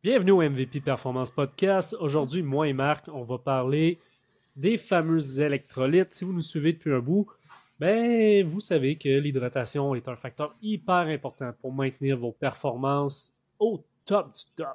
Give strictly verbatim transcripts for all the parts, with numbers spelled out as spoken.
Bienvenue au M V P Performance Podcast. Aujourd'hui, moi et Marc, on va parler des fameux électrolytes. Si vous nous suivez depuis un bout, ben, vous savez que l'hydratation est un facteur hyper important pour maintenir vos performances au top du top.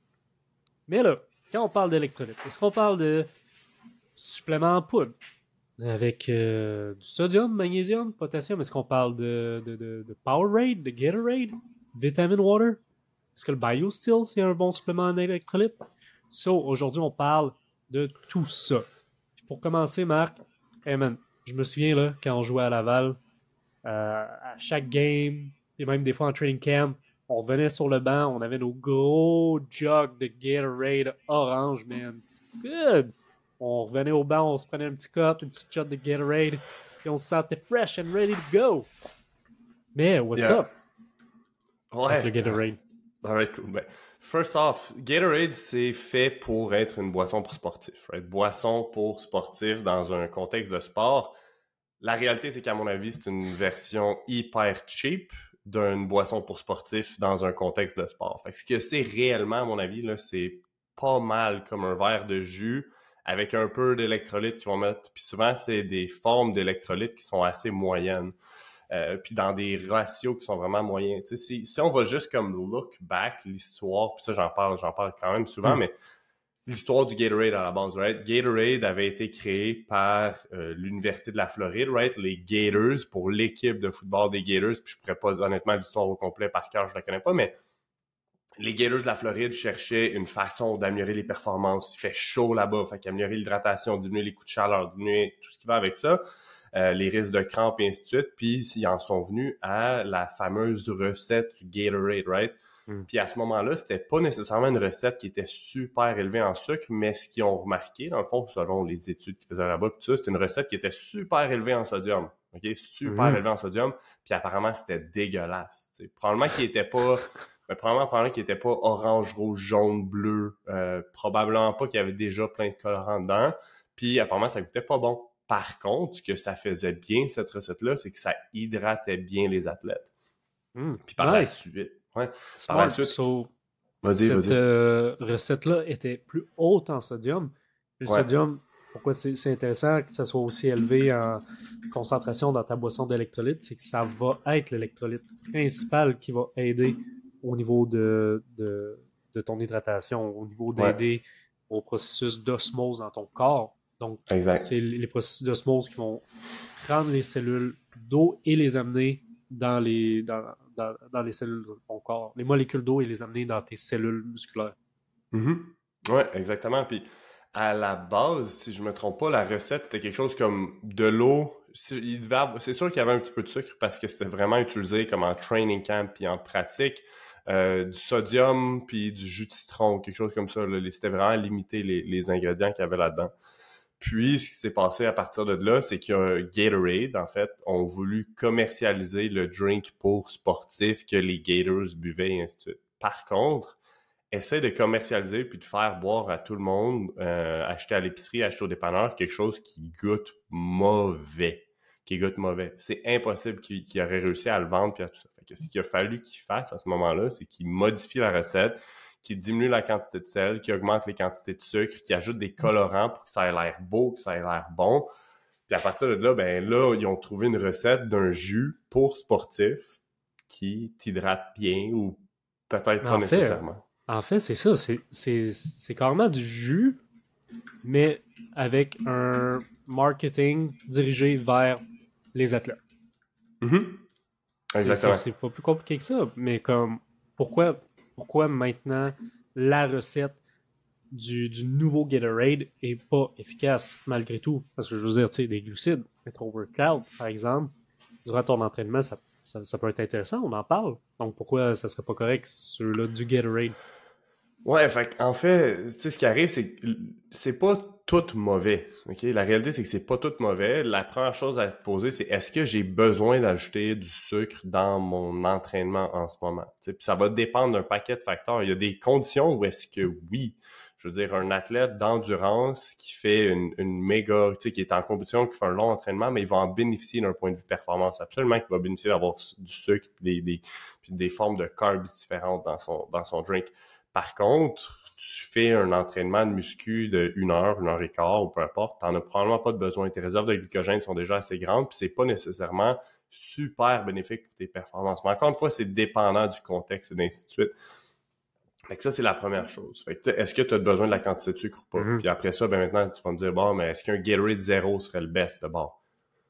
Mais là, quand on parle d'électrolytes, est-ce qu'on parle de suppléments en poudre avec euh, du sodium, magnésium, potassium? Est-ce qu'on parle de, de, de, de Powerade, de Gatorade, Vitamin Water? Est-ce que le BioSteel, c'est un bon supplément en électrolyte? So, aujourd'hui, on parle de tout ça. Puis pour commencer, Marc, hey man, je me souviens là, quand on jouait à Laval, euh, à chaque game, et même des fois en training camp, on revenait sur le banc, on avait nos gros jugs de Gatorade orange, man. Good! On revenait au banc, on se prenait un petit cup, une petite shot de Gatorade, et on se sentait fresh and ready to go. Mais what's Yeah. up avec le Ouais. Gatorade? Alright, cool. Ben, first off, Gatorade, c'est fait pour être une boisson pour sportifs. Right? Boisson pour sportifs dans un contexte de sport. La réalité, c'est qu'à mon avis, c'est une version hyper cheap d'une boisson pour sportifs dans un contexte de sport. Fait que ce que c'est réellement, à mon avis, là, c'est pas mal comme un verre de jus avec un peu d'électrolytes qu'ils vont mettre. Puis souvent, c'est des formes d'électrolytes qui sont assez moyennes. Euh, puis dans des ratios qui sont vraiment moyens. Tu sais, si, si on va juste comme look back l'histoire, puis ça j'en parle, j'en parle quand même souvent, mm. mais l'histoire du Gatorade à la base, right? Gatorade avait été créé par euh, l'Université de la Floride, right? Les Gators, pour l'équipe de football des Gators, puis je pourrais pas, honnêtement, l'histoire au complet par cœur, je la connais pas, mais les Gators de la Floride cherchaient une façon d'améliorer les performances. Il fait chaud là-bas, fait qu'améliorer l'hydratation, diminuer les coups de chaleur, diminuer tout ce qui va avec ça. Euh, les risques de crampes et ainsi de suite, puis ils en sont venus à la fameuse recette du Gatorade, right? Mm. Puis à ce moment-là, c'était pas nécessairement une recette qui était super élevée en sucre, mais ce qu'ils ont remarqué, dans le fond, selon les études qu'ils faisaient là-bas, tout ça, c'était une recette qui était super élevée en sodium, ok? Super mm. élevée en sodium, puis apparemment, c'était dégueulasse, t'sais. Probablement qu'il était pas... Mais probablement, probablement qu'il était pas orange, rouge, jaune, bleu, euh, probablement pas qu'il y avait déjà plein de colorants dedans, puis apparemment, ça goûtait pas bon. Par contre, ce que ça faisait bien, cette recette-là, c'est que ça hydratait bien les athlètes. Mm, Puis par nice. la suite... Ouais, Smart. par la suite... So, vas-y, cette vas-y. Euh, recette-là était plus haute en sodium. Le Ouais. sodium, pourquoi c'est, c'est intéressant que ça soit aussi élevé en concentration dans ta boisson d'électrolyte, c'est que ça va être l'électrolyte principal qui va aider au niveau de, de, de ton hydratation, au niveau d'aider ouais. au processus d'osmose dans ton corps. Donc, exact. c'est les processus d'osmose qui vont prendre les cellules d'eau et les amener dans les, dans, dans, dans les cellules de ton corps, les molécules d'eau et les amener dans tes cellules musculaires. Mm-hmm. Oui, exactement. Puis, à la base, si je me trompe pas, la recette, c'était quelque chose comme de l'eau. Il devait avoir, c'est sûr qu'il y avait un petit peu de sucre parce que c'était vraiment utilisé comme en training camp puis en pratique. Euh, du sodium puis du jus de citron, quelque chose comme ça. Là. C'était vraiment limité les, les ingrédients qu'il y avait là-dedans. Puis, ce qui s'est passé à partir de là, c'est qu'il y a un Gatorade, en fait, ont voulu commercialiser le drink pour sportifs que les Gators buvaient et ainsi de suite. Par contre, essaie de commercialiser puis de faire boire à tout le monde, euh, acheter à l'épicerie, acheter au dépanneur, quelque chose qui goûte mauvais. Qui goûte mauvais. C'est impossible qu'il, qu'il aurait réussi à le vendre puis à tout ça. Fait que ce qu'il a fallu qu'il fasse à ce moment-là, c'est qu'il modifie la recette, qui diminue la quantité de sel, qui augmente les quantités de sucre, qui ajoute des colorants pour que ça ait l'air beau, que ça ait l'air bon. Puis à partir de là, ben là, ils ont trouvé une recette d'un jus pour sportifs qui t'hydrate bien ou peut-être pas en fait, nécessairement. En fait, c'est ça. C'est, c'est, c'est carrément du jus, mais avec un marketing dirigé vers les athlètes. Mm-hmm. Exactement. C'est, c'est, c'est pas plus compliqué que ça, mais comme pourquoi, pourquoi maintenant la recette du, du nouveau Gatorade est pas efficace malgré tout? Parce que je veux dire, tu sais, des glucides, être au workout, par exemple, durant ton entraînement, ça, ça, ça peut être intéressant, on en parle. Donc pourquoi ça serait pas correct ceux-là du Gatorade? Ouais, fait en fait, tu sais, ce qui arrive, c'est que c'est pas tout mauvais, ok? La réalité, c'est que c'est pas tout mauvais. La première chose à te poser, c'est est-ce que j'ai besoin d'ajouter du sucre dans mon entraînement en ce moment? Tu sais, puis ça va dépendre d'un paquet de facteurs. Il y a des conditions où est-ce que oui, je veux dire, un athlète d'endurance qui fait une, une méga, tu sais, qui est en compétition, qui fait un long entraînement, mais il va en bénéficier d'un point de vue performance. Absolument qu'il va bénéficier d'avoir du sucre puis des, des, puis des formes de carbs différentes dans son, dans son drink. Par contre, tu fais un entraînement de muscu de une heure, une heure et quart, ou peu importe, t'en as probablement pas de besoin. Tes réserves de glycogène sont déjà assez grandes, puis c'est pas nécessairement super bénéfique pour tes performances. Mais encore une fois, c'est dépendant du contexte et ainsi de suite. Fait que ça, c'est la première chose. Fait que, est-ce que tu as besoin de la quantité de sucre ou pas? Mm-hmm. Puis après ça, ben maintenant, tu vas me dire, bon, mais est-ce qu'un Gatorade zéro serait le best d'abord?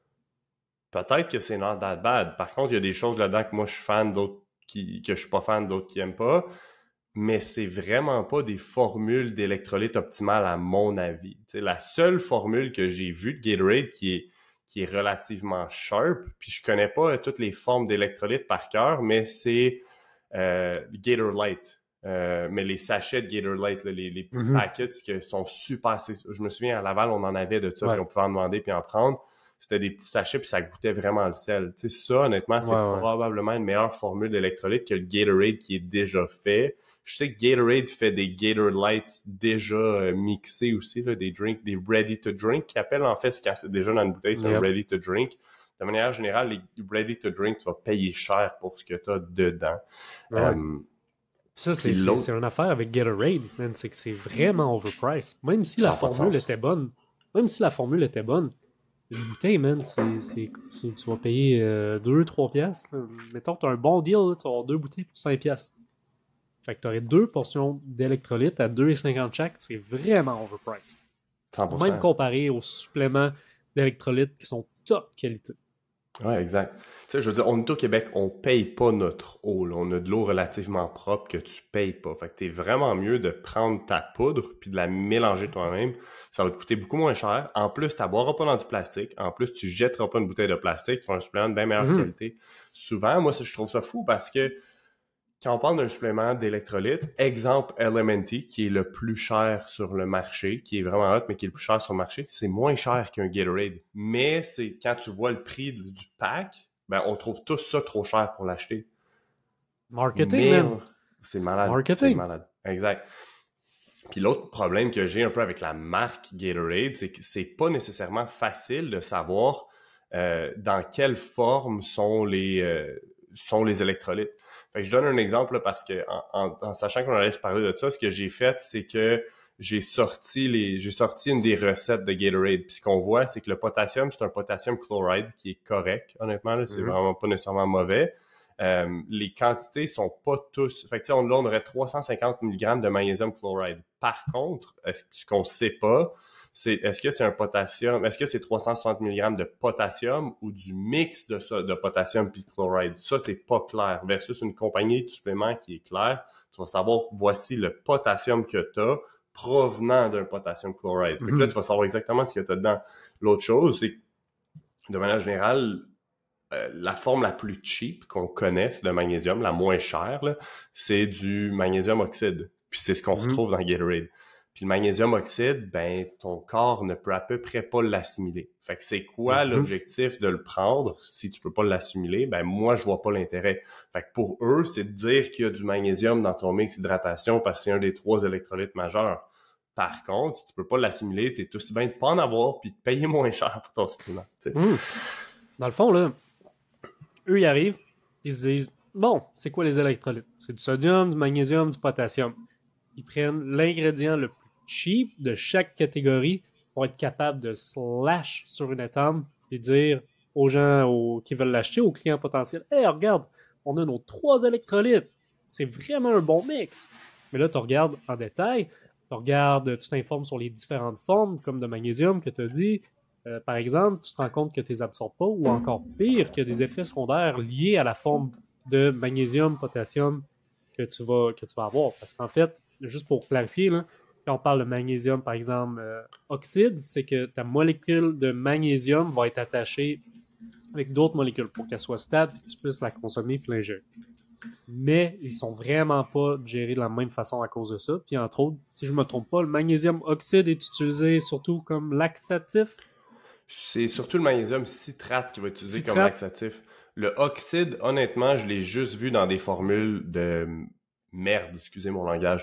Peut-être que c'est not that bad. Par contre, il y a des choses là-dedans que moi, je suis fan, d'autres qui, que je suis pas fan, d'autres qui aiment pas. Mais c'est vraiment pas des formules d'électrolytes optimales à mon avis. T'sais, la seule formule que j'ai vue de Gatorade qui est, qui est relativement sharp, puis je connais pas toutes les formes d'électrolytes par cœur, mais c'est euh, Gatorlyte. Euh, mais les sachets de Gatorlyte, là, les, les petits mm-hmm. packets qui sont super... Je me souviens, à Laval, on en avait de ça, ouais. Puis on pouvait en demander puis en prendre. C'était des petits sachets, puis ça goûtait vraiment le sel. Tu sais, ça, honnêtement, c'est ouais, probablement ouais. une meilleure formule d'électrolyte que le Gatorade qui est déjà fait. Je sais que Gatorade fait des Gatorlytes déjà euh, mixés aussi, là, des drinks, des ready to drink, qui appellent en fait, quand c'est déjà dans une bouteille, c'est yep. un ready to drink. De manière générale, les ready to drink, tu vas payer cher pour ce que tu as dedans. Ouais. Um, ça, c'est, c'est, c'est une affaire avec Gatorade, man, c'est que c'est vraiment overpriced. Même si la formule était bonne, même si la formule était bonne, une bouteille, man, c'est, c'est, c'est tu vas payer euh, deux à trois piastres. Mettons que tu as un bon deal, là, tu vas avoir deux bouteilles pour cinq piastres. Fait que tu aurais deux portions d'électrolytes à deux virgule cinquante chaque, c'est vraiment overpriced. cent pour cent. Même comparé aux suppléments d'électrolytes qui sont top qualité. Ouais, exact. Tu sais, je veux dire, on est au Québec, on paye pas notre eau, là. On a de l'eau relativement propre que tu payes pas. Fait que t'es vraiment mieux de prendre ta poudre puis de la mélanger toi-même. Ça va te coûter beaucoup moins cher. En plus, tu boiras pas dans du plastique. En plus, tu jetteras pas une bouteille de plastique. Tu fais un supplément de bien meilleure mm-hmm. qualité. Souvent, moi, ça, je trouve ça fou parce que quand on parle d'un supplément d'électrolytes, exemple Elementy, qui est le plus cher sur le marché, qui est vraiment hot, mais qui est le plus cher sur le marché, c'est moins cher qu'un Gatorade. Mais c'est quand tu vois le prix du pack, ben on trouve tous ça trop cher pour l'acheter. Marketing, mais, man. C'est malade. Marketing. C'est malade. Exact. Puis l'autre problème que j'ai un peu avec la marque Gatorade, c'est que c'est pas nécessairement facile de savoir euh, dans quelle forme sont les, euh, sont les électrolytes. Fait que je donne un exemple là, parce que en, en, en sachant qu'on allait se parler de ça, ce que j'ai fait, c'est que j'ai sorti les, j'ai sorti une des recettes de Gatorade. Puis ce qu'on voit, c'est que le potassium, c'est un potassium chloride qui est correct, honnêtement. Là, c'est mm-hmm. vraiment pas nécessairement mauvais. Euh, les quantités sont pas tous... Fait que tu sais, on, là, on aurait trois cent cinquante milligrammes de magnésium chloride. Par contre, est-ce, ce qu'on sait pas, c'est est-ce que c'est un potassium, est-ce que c'est trois cent soixante milligrammes de potassium ou du mix de ça, de potassium puis chloride? Ça, c'est pas clair. Versus une compagnie de suppléments qui est claire, tu vas savoir, voici le potassium que tu as provenant d'un potassium chloride. Fait que mm-hmm. là, tu vas savoir exactement ce que tu as dedans. L'autre chose, c'est que, de manière générale, euh, la forme la plus cheap qu'on connaisse de magnésium, la moins chère, là, c'est du magnésium oxyde. Puis c'est ce qu'on mm-hmm. retrouve dans Gatorade. Puis le magnésium oxyde, ben ton corps ne peut à peu près pas l'assimiler. Fait que c'est quoi mm-hmm. l'objectif de le prendre si tu peux pas l'assimiler? Ben moi, je vois pas l'intérêt. Fait que pour eux, c'est de dire qu'il y a du magnésium dans ton mix d'hydratation parce que c'est un des trois électrolytes majeurs. Par contre, si tu peux pas l'assimiler, t'es aussi bien de pas en avoir puis de payer moins cher pour ton supplément. Mmh. Dans le fond, là, eux, ils arrivent, ils se disent, bon, c'est quoi les électrolytes? C'est du sodium, du magnésium, du potassium. Ils prennent l'ingrédient le plus cheap de chaque catégorie pour être capable de slash sur une étable et dire aux gens aux, qui veulent l'acheter, aux clients potentiels, « Hey, regarde, on a nos trois électrolytes. C'est vraiment un bon mix. » Mais là, tu regardes en détail, tu regardes, tu t'informes sur les différentes formes, comme de magnésium que tu as dit. Euh, par exemple, tu te rends compte que tu les absorbes pas, ou encore pire, qu'il y a des effets secondaires liés à la forme de magnésium, potassium que tu vas, que tu vas avoir. Parce qu'en fait, juste pour clarifier, là, quand on parle de magnésium, par exemple, euh, oxyde, c'est que ta molécule de magnésium va être attachée avec d'autres molécules pour qu'elle soit stable et que tu puisses la consommer et l'ingérer. Mais ils sont vraiment pas gérés de la même façon à cause de ça. Puis entre autres, si je me trompe pas, le magnésium oxyde est utilisé surtout comme laxatif. C'est surtout le magnésium citrate qui va être utilisé citrate. Comme laxatif. Le oxyde, honnêtement, je l'ai juste vu dans des formules de merde, excusez mon langage.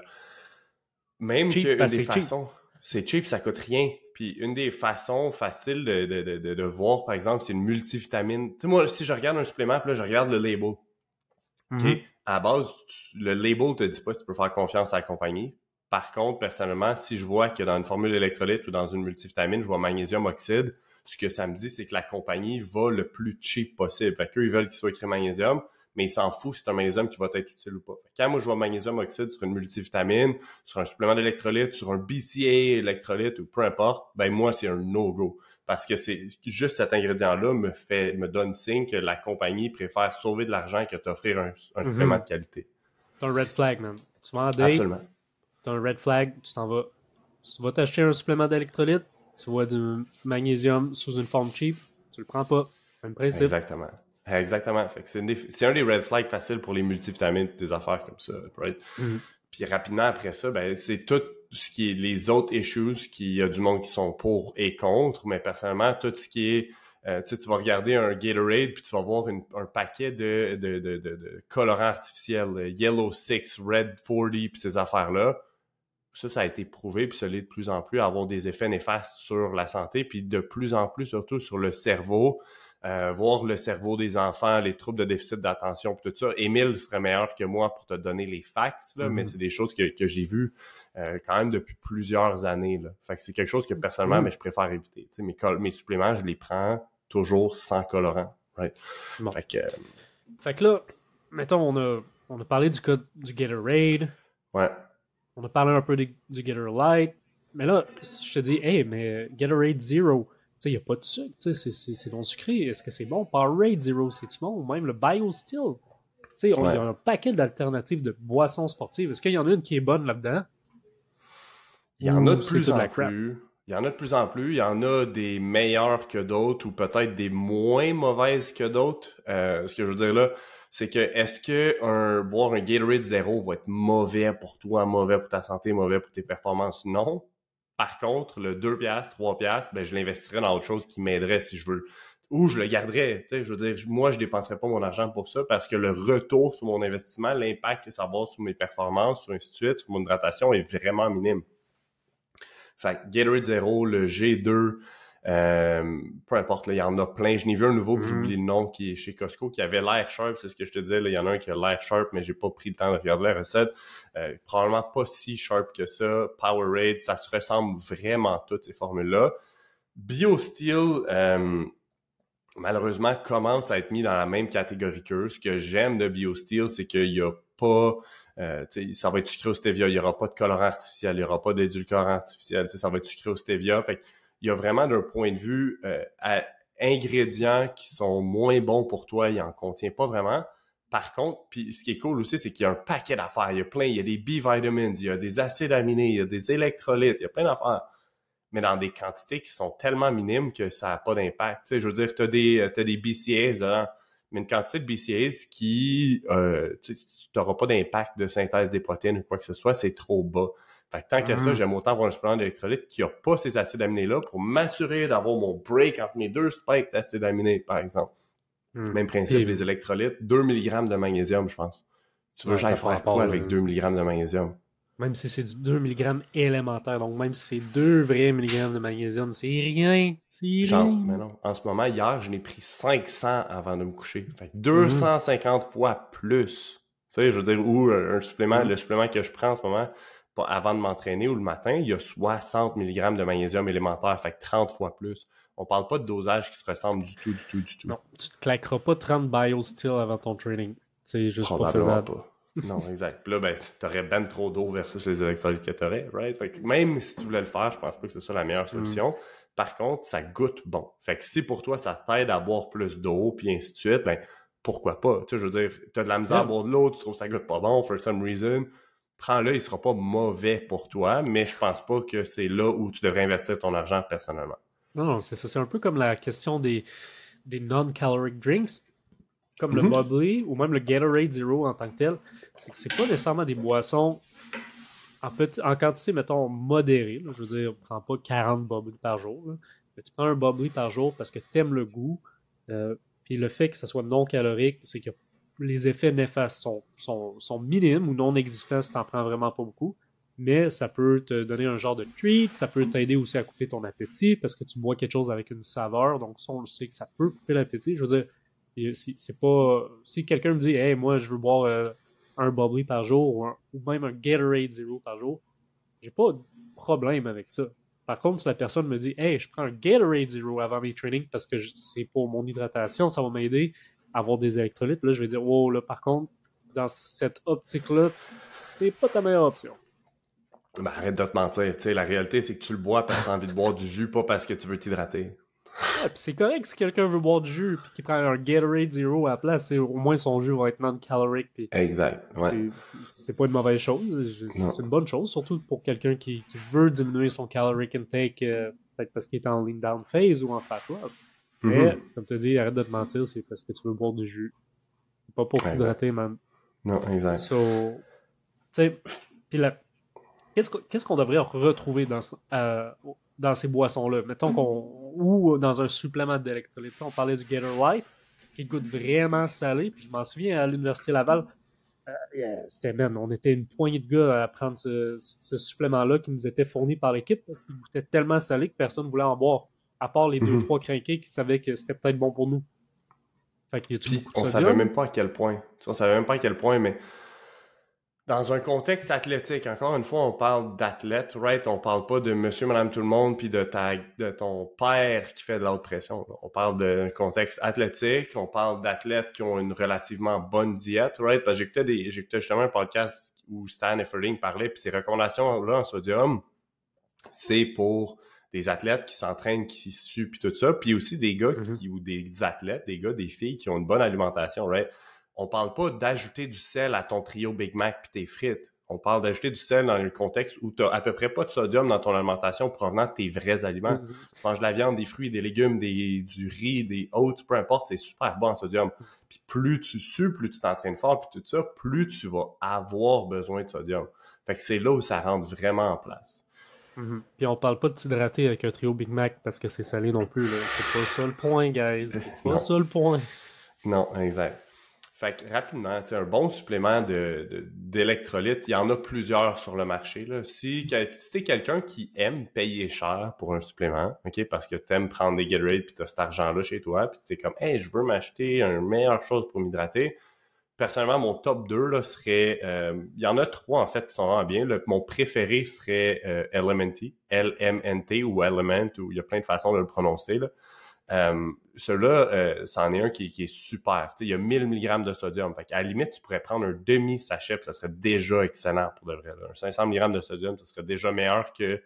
Même cheap, qu'une des façons, cheap. C'est cheap, ça coûte rien. Puis une des façons faciles de, de, de, de, de voir, par exemple, c'est une multivitamine. Tu sais, moi, si je regarde un supplément, puis là, je regarde le label. Mm-hmm. OK? à la base, tu- le label te dit pas si tu peux faire confiance à la compagnie. Par contre, personnellement, si je vois que dans une formule électrolyte ou dans une multivitamine, je vois magnésium oxyde, ce que ça me dit, c'est que la compagnie va le plus cheap possible. Fait qu'eux, ils veulent qu'il soit écrit magnésium, mais ils s'en foutent si c'est un magnésium qui va être utile ou pas. Fait que quand moi, je vois magnésium oxyde sur une multivitamine, sur un supplément d'électrolyte, sur un B C A électrolyte ou peu importe, ben moi, c'est un no-go. Parce que c'est juste cet ingrédient-là me fait me donne signe que la compagnie préfère sauver de l'argent que t'offrir un, un supplément Mhm. de qualité. T'as un red flag, man. Tu vas en date, Absolument. t'as un red flag, tu t'en vas. Tu vas t'acheter un supplément d'électrolyte, tu vois du magnésium sous une forme cheap, tu le prends pas. Même principe. Exactement. Exactement. Fait que c'est, une des- c'est un des red flags faciles pour les multivitamines et des affaires comme ça. Right? Mhm. Puis rapidement après ça, ben, c'est tout ce qui est les autres issues qu'il y a du monde qui sont pour et contre, mais personnellement, tout ce qui est euh, tu sais, tu vas regarder un Gatorade puis tu vas voir une- un paquet de, de, de, de, de colorants artificiels, euh, Yellow six, Red quarante puis ces affaires-là. Ça, ça a été prouvé puis ça l'est de plus en plus à avoir des effets néfastes sur la santé puis de plus en plus surtout sur le cerveau. Euh, voir le cerveau des enfants, les troubles de déficit d'attention, puis tout ça. Émile serait meilleur que moi pour te donner les facts, là, mais Mhm. c'est des choses que, que j'ai vues euh, quand même depuis plusieurs années. Là. Fait que c'est quelque chose que personnellement, Mhm. mais je préfère éviter. Tu sais, mes, col- mes suppléments, je les prends toujours sans colorant. Right? Bon. Fait que, euh, Fait que là, mettons, on a, on a parlé du cas du Gatorade, ouais. on a parlé un peu du, du Gatorade, mais là, si je te dis, hey, mais Gatorade Zero, tu sais, il n'y a pas de sucre, tu sais, c'est- c'est c'est non sucré. Est-ce que c'est bon? Powerade Zero, c'est-tu bon? Ou même le BioSteel. Tu sais, on- il y Ouais. a un paquet d'alternatives de boissons sportives. Est-ce qu'il y en a une qui est bonne là-dedans? Il y en a Ou de c'est plus tout de en la crap? plus. Il y en a de plus en plus. Il y en a des meilleures que d'autres ou peut-être des moins mauvaises que d'autres. Euh, ce que je veux dire là, c'est que est-ce que un, boire un Gatorade zéro va être mauvais pour toi, mauvais pour ta santé, mauvais pour tes performances? Non. Par contre, le deux piastres, trois piastres, ben, je l'investirais dans autre chose qui m'aiderait si je veux. Ou je le garderais. Tu sais, je veux dire, moi, je dépenserais pas mon argent pour ça parce que le retour sur mon investissement, l'impact que ça va avoir sur mes performances, sur ainsi de suite, sur mon hydratation est vraiment minime. Fait que Gatorade Zero, le G deux, euh, peu importe, là, il y en a plein. Je n'ai vu un nouveau que Mhm. j'oublie le nom qui est chez Costco, qui avait l'air sharp, c'est ce que je te disais. Là, il y en a un qui a l'air sharp, mais j'ai pas pris le temps de regarder la recette. Euh, probablement pas si sharp que ça. Powerade, ça se ressemble vraiment toutes ces formules-là. BioSteel, euh, malheureusement, commence à être mis dans la même catégorie qu'eux. Ce que j'aime de BioSteel, c'est qu'il y a pas... Euh, ça va être sucré au stevia, il n'y aura pas de colorant artificiel, il n'y aura pas d'édulcorant artificiel, ça va être sucré au stevia. Fait il y a vraiment d'un point de vue euh, à ingrédients qui sont moins bons pour toi, il en contient pas vraiment. Par contre, puis ce qui est cool aussi, c'est qu'il y a un paquet d'affaires. Il y a plein, il y a des B-vitamins, il y a des acides aminés, il y a des électrolytes, il y a plein d'affaires. Mais dans des quantités qui sont tellement minimes que ça n'a pas d'impact. Tu sais, je veux dire, tu as des, t'as des B C A S dedans, mais une quantité de B C A S qui, euh, tu n'auras pas d'impact de synthèse des protéines ou quoi que ce soit, c'est trop bas. Fait que tant qu'à ça, Mhm. j'aime autant avoir un supplément d'électrolyte qui n'a pas ces acides aminés-là pour m'assurer d'avoir mon break entre mes deux spikes d'acides aminés, par exemple. Mhm. Même principe, Puis, les électrolytes, deux milligrammes de magnésium, je pense. Tu veux que ouais, ça j'aille n'a pas faire rapport, quoi là. avec deux milligrammes de magnésium? Même si c'est du deux milligrammes élémentaire, donc même si c'est deux vrais milligrammes de magnésium, c'est rien. C'est Genre, rien. mais non. En ce moment, hier, je n'ai pris cinq cents avant de me coucher. Fait que Mhm. deux cent cinquante fois plus. Tu sais, je veux dire, ou un supplément, Mhm. le supplément que je prends en ce moment, pas avant de m'entraîner ou le matin, il y a soixante milligrammes de magnésium élémentaire, fait que trente fois plus. On parle pas de dosage qui se ressemble du tout, du tout, du tout. Non, tu te claqueras pas trente BioSteel avant ton training. C'est juste pas Probablement faisable. pas. Non, exact. Puis là, ben, t'aurais ben trop d'eau versus les électrolytes que t'aurais, right? Fait que même si tu voulais le faire, je pense pas que ce soit la meilleure Mhm. solution. Par contre, ça goûte bon. Fait que si pour toi, ça t'aide à boire plus d'eau, puis ainsi de suite, ben, pourquoi pas? Tu sais, je veux dire, t'as de la misère à Yeah. boire de l'eau, tu trouves que ça goûte pas bon, for some reason, prends-le, il sera pas mauvais pour toi, mais je pense pas que c'est là où tu devrais investir ton argent personnellement. Non, non, c'est ça. C'est un peu comme la question des, des non-caloric drinks, comme le Mhm. bubbly ou même le Gatorade Zero en tant que tel. C'est que c'est pas nécessairement des boissons en, petit, en quantité, mettons, modérée. Là. Je veux dire, prends pas quarante bubbly par jour. Là. Mais tu prends un bubbly par jour parce que tu aimes le goût. Euh, puis le fait que ça soit non calorique, c'est que les effets néfastes sont, sont, sont minimes ou non existants si tu n'en prends vraiment pas beaucoup. Mais ça peut te donner un genre de treat, ça peut t'aider aussi à couper ton appétit parce que tu bois quelque chose avec une saveur. Donc, ça, on le sait que ça peut couper l'appétit. Je veux dire, c'est pas. Si quelqu'un me dit, hey, moi, je veux boire euh, un Bubbly par jour ou, un, ou même un Gatorade Zero par jour, j'ai pas de problème avec ça. Par contre, si la personne me dit « Hey, je prends un Gatorade Zero avant mes trainings parce que c'est pour mon hydratation, ça va m'aider à avoir des électrolytes », là, je vais dire « Wow, là, par contre, dans cette optique-là, c'est pas ta meilleure option. » Ben, arrête de te mentir. T'sais, la réalité, c'est que tu le bois parce que tu as envie de boire du jus, pas parce que tu veux t'hydrater. Ouais, puis c'est correct si quelqu'un veut boire du jus puis qu'il prend un Gatorade Zero à la place, au moins son jus va être non-calorique. Puis exact. Ouais. c'est, c'est, c'est pas une mauvaise chose. C'est non. une bonne chose, surtout pour quelqu'un qui, qui veut diminuer son caloric intake, euh, peut-être parce qu'il est en lean down phase ou en fat loss. Mais, mm-hmm. comme tu as dit, arrête de te mentir, c'est parce que tu veux boire du jus. C'est pas pour t'hydrater, man. Non, exact. So, tu sais, puis là, qu'est-ce, qu'on, qu'est-ce qu'on devrait retrouver dans, euh, dans ces boissons-là? Mettons qu'on. Ou dans un supplément d'électrolytes. On parlait du Gatorade, qui goûte vraiment salé. Puis je m'en souviens à l'Université Laval, euh, yeah, c'était man, on était une poignée de gars à prendre ce, ce supplément-là qui nous était fourni par l'équipe parce qu'il goûtait tellement salé que personne ne voulait en boire. À part les deux, mm-hmm. trois crinqués qui savaient que c'était peut-être bon pour nous. Fait qu'il y a-tu beaucoup de on sodium? savait même pas à quel point. On savait même pas à quel point, mais dans un contexte athlétique, encore une fois, on parle d'athlète, right? On parle pas de monsieur, madame, tout le monde, puis de, ta, de ton père qui fait de la haute pression. On parle d'un contexte athlétique, on parle d'athlètes qui ont une relativement bonne diète, right? Parce que j'écoutais, des, j'écoutais justement un podcast où Stan Efferding parlait, puis ces recommandations-là en sodium, c'est pour des athlètes qui s'entraînent, qui suent, puis tout ça, puis aussi des gars mm-hmm. qui, ou des athlètes, des gars, des filles qui ont une bonne alimentation, right? On parle pas d'ajouter du sel à ton trio Big Mac puis tes frites. On parle d'ajouter du sel dans le contexte où tu as à peu près pas de sodium dans ton alimentation provenant de tes vrais aliments. Mm-hmm. Tu manges de la viande, des fruits, des légumes, des, du riz, des oats, peu importe, c'est super bon en sodium. Puis plus tu sues, plus tu t'entraînes fort, puis tout ça, plus tu vas avoir besoin de sodium. Fait que c'est là où ça rentre vraiment en place. Mm-hmm. Puis on parle pas de t'hydrater avec un trio Big Mac parce que c'est salé non plus. Là. C'est pas ça le point, guys. C'est pas ça le point. Non, exact. Fait que rapidement, un bon supplément de, de, d'électrolytes, il y en a plusieurs sur le marché. Là. Si, si t'es quelqu'un qui aime payer cher pour un supplément, ok, parce que t'aimes prendre des Gatorade puis t'as cet argent-là chez toi, puis t'es comme « Hey, je veux m'acheter une meilleure chose pour m'hydrater », personnellement, mon top deux là, serait... Euh, il y en a trois, en fait, qui sont vraiment bien. Là. Mon préféré serait euh, Elementi, L M N T ou Element, ou il y a plein de façons de le prononcer, là. Euh, celui-là, euh, c'en est un qui, qui est super. T'sais, il y a mille milligrammes de sodium. Fait qu'à la limite, tu pourrais prendre un demi-sachet, puis ça serait déjà excellent pour de vrai. Là. Un cinq cents milligrammes de sodium, ça serait déjà meilleur que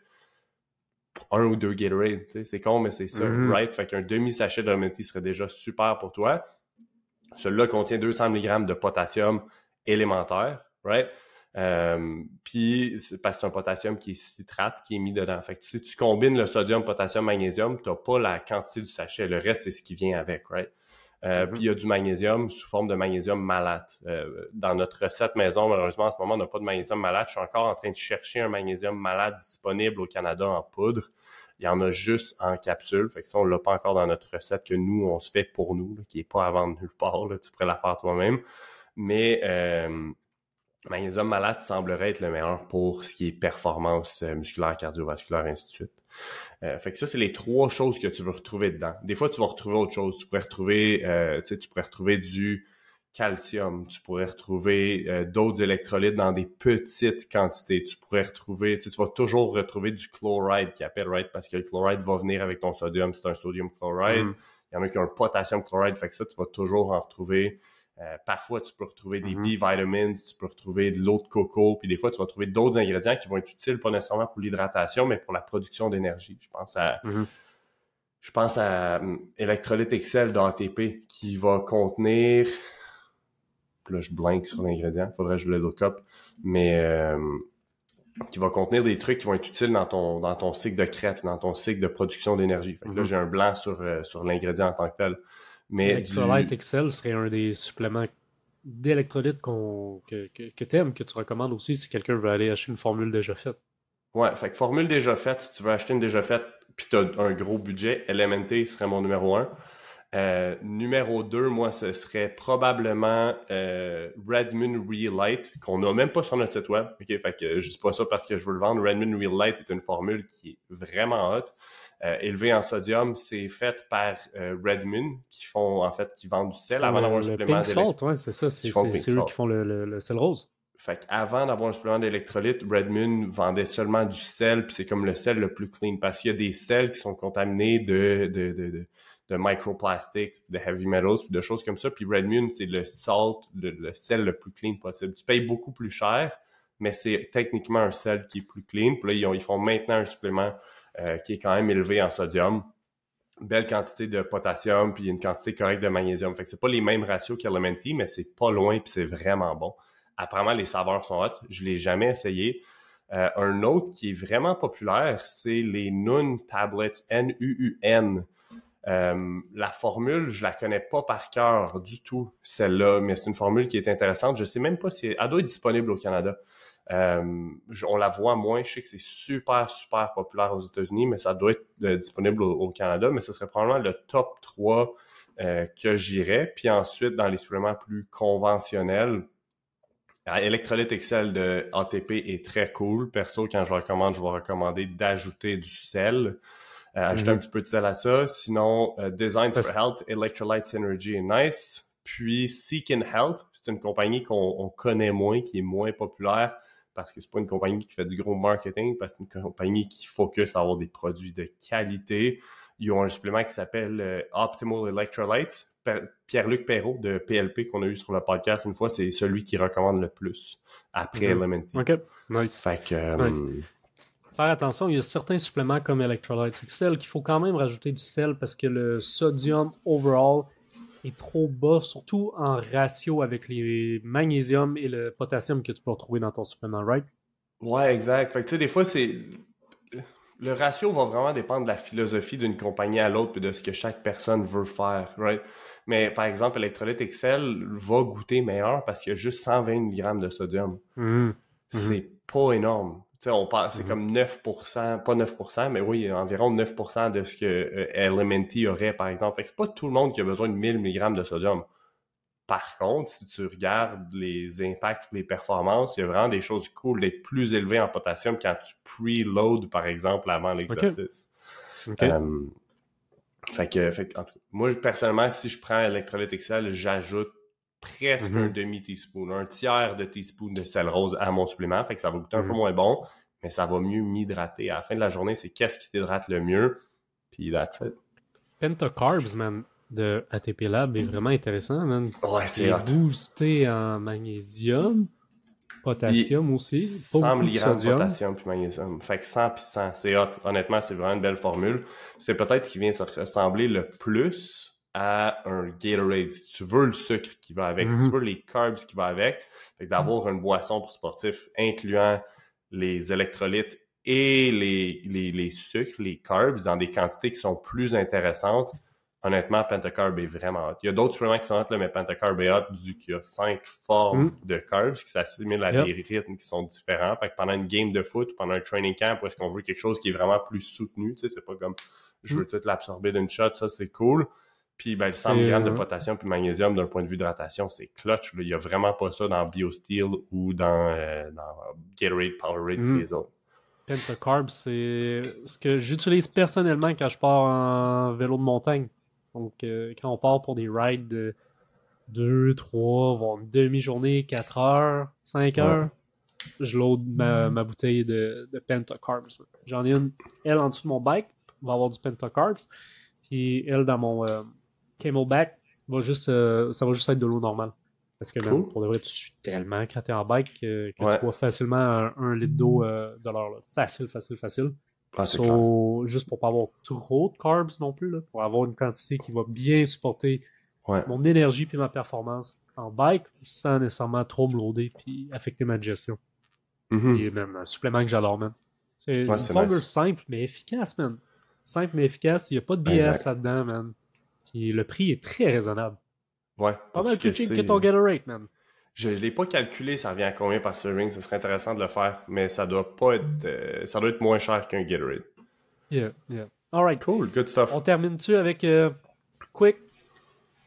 un ou deux Gatorade. T'sais. C'est con, mais c'est ça, mm-hmm. right? Fait qu'un demi-sachet de Elementi serait déjà super pour toi. Celui-là contient deux cents milligrammes de potassium élémentaire, right? Euh, puis, c'est parce que c'est un potassium qui est citrate qui est mis dedans. Fait que si tu combines le sodium, potassium, magnésium, tu n'as pas la quantité du sachet. Le reste, c'est ce qui vient avec, right? Euh, mm-hmm. Puis, il y a du magnésium sous forme de magnésium malate. Euh, dans notre recette maison, malheureusement, en ce moment, on n'a pas de magnésium malate. Je suis encore en train de chercher un magnésium malate disponible au Canada en poudre. Il y en a juste en capsule. Fait que ça, on ne l'a pas encore dans notre recette que nous, on se fait pour nous, là, qui n'est pas à vendre nulle part. Là. Tu pourrais la faire toi-même. Mais... Euh, magnésium malate semblerait être le meilleur pour ce qui est performance musculaire, cardiovasculaire, ainsi de suite. Euh, fait que ça, c'est les trois choses que tu veux retrouver dedans. Des fois, tu vas retrouver autre chose. Tu pourrais retrouver, euh, tu sais, tu pourrais retrouver du calcium. Tu pourrais retrouver euh, d'autres électrolytes dans des petites quantités. Tu pourrais retrouver, tu sais, tu vas toujours retrouver du chloride qui appelle, right? Parce que le chloride va venir avec ton sodium. C'est un sodium chloride. Mm. Il y en a qui ont un potassium chloride. Fait que ça, tu vas toujours en retrouver. Euh, parfois, tu peux retrouver des mm-hmm. B-vitamins, tu peux retrouver de l'eau de coco, puis des fois, tu vas trouver d'autres ingrédients qui vont être utiles, pas nécessairement pour l'hydratation, mais pour la production d'énergie. Je pense à mm-hmm. je pense à um, Electrolyte Excel d'A T P qui va contenir... Là, je blank sur l'ingrédient, faudrait que je le look up, mais euh, qui va contenir des trucs qui vont être utiles dans ton dans ton cycle de Krebs, dans ton cycle de production d'énergie. Fait que mm-hmm. là, j'ai un blanc sur, euh, sur l'ingrédient en tant que tel. Mais Electrolyte du... Excel serait un des suppléments d'électrolytes qu'on, que, que, que tu aimes, que tu recommandes aussi si quelqu'un veut aller acheter une formule déjà faite. Ouais, fait que formule déjà faite, si tu veux acheter une déjà faite puis tu as un gros budget, L M N T serait mon numéro un. Euh, numéro deux, moi, ce serait probablement euh, Redmond Real Light, qu'on n'a même pas sur notre site web. OK, fait que je dis pas ça parce que je veux le vendre. Redmond Real Light est une formule qui est vraiment hot. Euh, élevée en sodium, c'est fait par euh, Redmond, qui font, en fait, qui vendent du sel avant le, d'avoir un le supplément Pink Salt, d'électrolyte. ouais, c'est ça. C'est, Qui font c'est, Pink c'est eux Salt. qui font le, le, le sel rose. Fait qu'avant d'avoir un supplément d'électrolyte, Redmond vendait seulement du sel, puis c'est comme le sel le plus clean, parce qu'il y a des sels qui sont contaminés de, de, de, de, de microplastics, de heavy metals, puis de choses comme ça. Puis Redmond, c'est le salt, le, le sel le plus clean possible. Tu payes beaucoup plus cher, mais c'est techniquement un sel qui est plus clean. Puis là, ils, ont, ils font maintenant un supplément euh, qui est quand même élevé en sodium. Belle quantité de potassium, puis une quantité correcte de magnésium. Fait que c'est pas les mêmes ratios qu'Elementy, mais c'est pas loin, puis c'est vraiment bon. Apparemment, les saveurs sont hot. Je l'ai jamais essayé. Euh, un autre qui est vraiment populaire, c'est les Nuun Tablets, N U U N. Euh, la formule, je la connais pas par cœur du tout, celle-là, mais c'est une formule qui est intéressante. Je sais même pas si elle doit être disponible au Canada. Euh, je, on la voit moins. Je sais que c'est super, super populaire aux États-Unis, mais ça doit être euh, disponible au, au Canada. Mais ce serait probablement le top trois euh, que j'irais. Puis ensuite, dans les suppléments plus conventionnels, Electrolyte Excel de A T P est très cool. Perso, quand je le recommande, je vais recommander d'ajouter du sel. Euh, ajouter mm-hmm. un petit peu de sel à ça. Sinon, euh, Designs for Health, Electrolyte Synergy est nice. Puis Seek in Health, c'est une compagnie qu'on on connaît moins, qui est moins populaire parce que c'est pas une compagnie qui fait du gros marketing, parce que c'est une compagnie qui focus à avoir des produits de qualité. Ils ont un supplément qui s'appelle euh, Optimal Electrolytes. Pierre-Luc Perrault de P L P qu'on a eu sur le podcast une fois, c'est celui qui recommande le plus après mm-hmm. Elementy. OK, nice. Fait que... Euh, nice. Faire attention, il y a certains suppléments comme Electrolytes Excel qu'il faut quand même rajouter du sel parce que le sodium overall est trop bas, surtout en ratio avec les magnésium et le potassium que tu peux retrouver dans ton supplément, right? Ouais, exact. Fait que tu sais, des fois, c'est... Le ratio va vraiment dépendre de la philosophie d'une compagnie à l'autre et de ce que chaque personne veut faire, right? Mais par exemple, Electrolyte Excel va goûter meilleur parce qu'il y a juste cent vingt milligrammes de sodium. Mm-hmm. C'est pas énorme. Tu sais, on parle, c'est mm-hmm. comme neuf pour cent, pas neuf pour cent, mais oui, environ neuf pour cent de ce que euh, Elementy aurait, par exemple. Fait que c'est pas tout le monde qui a besoin de mille milligrammes de sodium. Par contre, si tu regardes les impacts, les performances, il y a vraiment des choses cool d'être plus élevé en potassium quand tu preload, par exemple, avant l'exercice. Okay. Okay. Um, fait que, fait que en tout cas, moi, personnellement, si je prends Electrolyte Excel, j'ajoute presque mm-hmm. un demi-teaspoon, un tiers de teaspoon de sel rose à mon supplément. Fait que ça va goûter mm-hmm. un peu moins bon, mais ça va mieux m'hydrater. À la fin de la journée, c'est qu'est-ce qui t'hydrate le mieux. Puis that's it. Pentacarbs, man, de A T P Lab est vraiment intéressant, man. Ouais, c'est hot. Boosté en magnésium, potassium Il, aussi. cent milligrammes de potassium puis magnésium. Fait que cent puis cent, c'est hot. Honnêtement, c'est vraiment une belle formule. C'est peut-être qui vient se ressembler le plus à un Gatorade. Si tu veux le sucre qui va avec, mm-hmm. si tu veux les carbs qui va avec, fait que d'avoir une boisson pour sportif incluant les électrolytes et les, les, les sucres, les carbs, dans des quantités qui sont plus intéressantes, honnêtement, Pentacarb est vraiment hot. Il y a d'autres suppléments qui sont hot, là, mais Pentacarb est hot vu qu'il y a cinq formes mm. de carbs qui s'assimilent à yep. des rythmes qui sont différents. Fait que pendant une game de foot, pendant un training camp, où est-ce qu'on veut quelque chose qui est vraiment plus soutenu, tu sais, c'est pas comme je veux mm. tout l'absorber d'une shot, ça c'est cool. Puis ben, le cent milligrammes de potassium puis magnésium, d'un point de vue d'hydratation, c'est clutch. Là. Il n'y a vraiment pas ça dans BioSteel ou dans, euh, dans Gatorade, Powerade mm. et les autres. Pentacarb, c'est ce que j'utilise personnellement quand je pars en vélo de montagne. Donc, euh, quand on part pour des rides de deux, trois, voire une demi-journée, quatre heures, cinq heures, ouais. je load ma, ma bouteille de, de Pentacarbs. J'en ai une, elle, en dessous de mon bike, va avoir du Pentacarbs. Puis elle, dans mon euh, Camelback, va juste, euh, ça va juste être de l'eau normale. Parce que, cool. Même, pour de vrai, tu suis tellement quand t'es en bike que, que ouais. tu bois facilement un, un litre d'eau euh, de l'heure. Là. Facile, facile, facile. Ah, c'est so, juste pour pas avoir trop de carbs non plus, là, pour avoir une quantité qui va bien supporter ouais. mon énergie puis ma performance en bike sans nécessairement trop me loader puis affecter ma digestion. Mm-hmm. Et même un supplément que j'adore, man. C'est ouais, une c'est formule nice. simple mais efficace, man. Simple mais efficace, il n'y a pas de B S exact. Là-dedans, man. Puis le prix est très raisonnable. Ouais. Pas mal plus cheap que ton Gatorade, man. Je ne l'ai pas calculé, ça revient à combien par serving. Ce serait intéressant de le faire, mais ça doit pas être, euh, ça doit être moins cher qu'un Gatorade. Yeah, yeah. All right. Cool, good stuff. On termine-tu avec euh, quick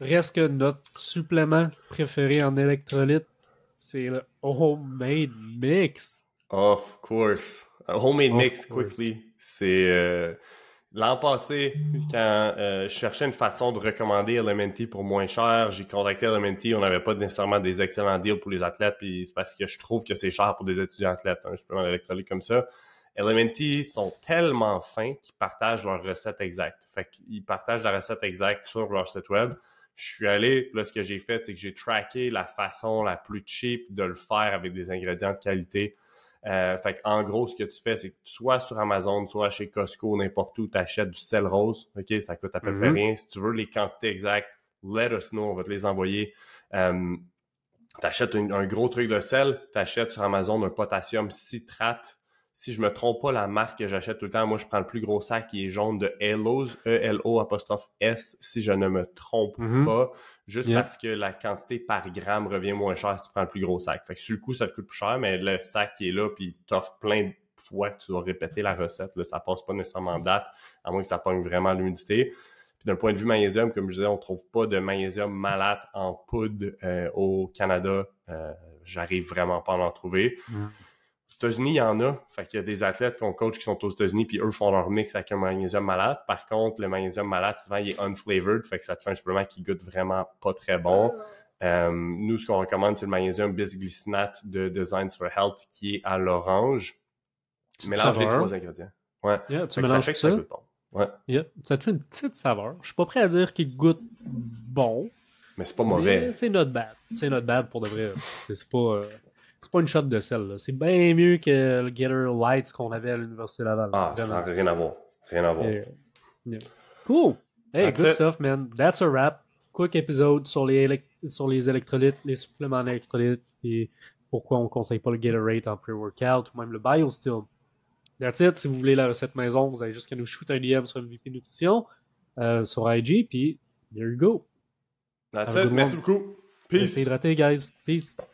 Reste que notre supplément préféré en électrolyte, c'est le homemade mix. Of course. A homemade Of mix, course. quickly. C'est euh, l'an passé, quand euh, je cherchais une façon de recommander Elementy pour moins cher, j'ai contacté Elementy. On n'avait pas nécessairement des excellents deals pour les athlètes, puis c'est parce que je trouve que c'est cher pour des étudiants athlètes, un supplément électrolyte comme ça. Elementy sont tellement fins qu'ils partagent leur recette exacte. Fait qu'ils partagent la recette exacte sur leur site web. Je suis allé, là, ce que j'ai fait, c'est que j'ai tracké la façon la plus cheap de le faire avec des ingrédients de qualité. Euh, fait en gros, ce que tu fais, c'est que soit sur Amazon, soit chez Costco, n'importe où, tu achètes du sel rose. OK, ça coûte à peu près Mhm. rien. Si tu veux les quantités exactes, let us know, on va te les envoyer. Euh, tu achètes un, un gros truc de sel, tu achètes sur Amazon un potassium citrate. Si je me trompe pas, la marque que j'achète tout le temps, moi, je prends le plus gros sac qui est jaune de Elos, E L O apostrophe S, si je ne me trompe Mhm. pas, juste Yep. parce que la quantité par gramme revient moins cher si tu prends le plus gros sac. Fait que sur le coup, ça te coûte plus cher, mais le sac qui est là, puis il t'offre plein de fois que tu dois répéter la recette, là, ça passe pas nécessairement en date, à moins que ça pogne vraiment l'humidité. Puis d'un point de vue magnésium, comme je disais, on trouve pas de magnésium malate en poudre euh, au Canada. Euh, j'arrive vraiment pas à en trouver. Mhm. Aux États-Unis, il y en a. Fait qu'il y a des athlètes qu'on coach qui sont aux États-Unis, puis eux font leur mix avec un magnésium malate. Par contre, le magnésium malate, souvent, il est unflavored, fait que ça te fait un supplément qui goûte vraiment pas très bon. Euh, nous, ce qu'on recommande, c'est le magnésium bisglycinate de Designs for Health qui est à l'orange. Tu mélanges les trois ingrédients. Ouais. Yeah, tu Fait que ça mélanges fait que tout ça ça. goûte bon. Ouais. Yeah. Ça te fait une petite saveur. Je suis pas prêt à dire qu'il goûte bon, Mais c'est pas mauvais. mais c'est not bad. C'est not bad pour de vrai. C'est c'est pas, euh, c'est pas une shot de sel. là. C'est bien mieux que le Getter Light qu'on avait à l'Université Laval. Ah, Vraiment. ça n'a rien à voir. Rien à voir. Yeah. Yeah. Cool. Hey, That's good it. stuff, man. That's a wrap. Quick épisode sur les, élec- sur les électrolytes, les suppléments en électrolytes, et pourquoi on ne conseille pas le Gatorade en pre-workout ou même le BioSteel. That's it. Si vous voulez la recette maison, vous avez juste qu'à nous shoot un D M sur M V P Nutrition, euh, sur I G, puis there you go. That's Have a it. good Merci one. beaucoup. Restez Peace. hydratés, guys. Peace.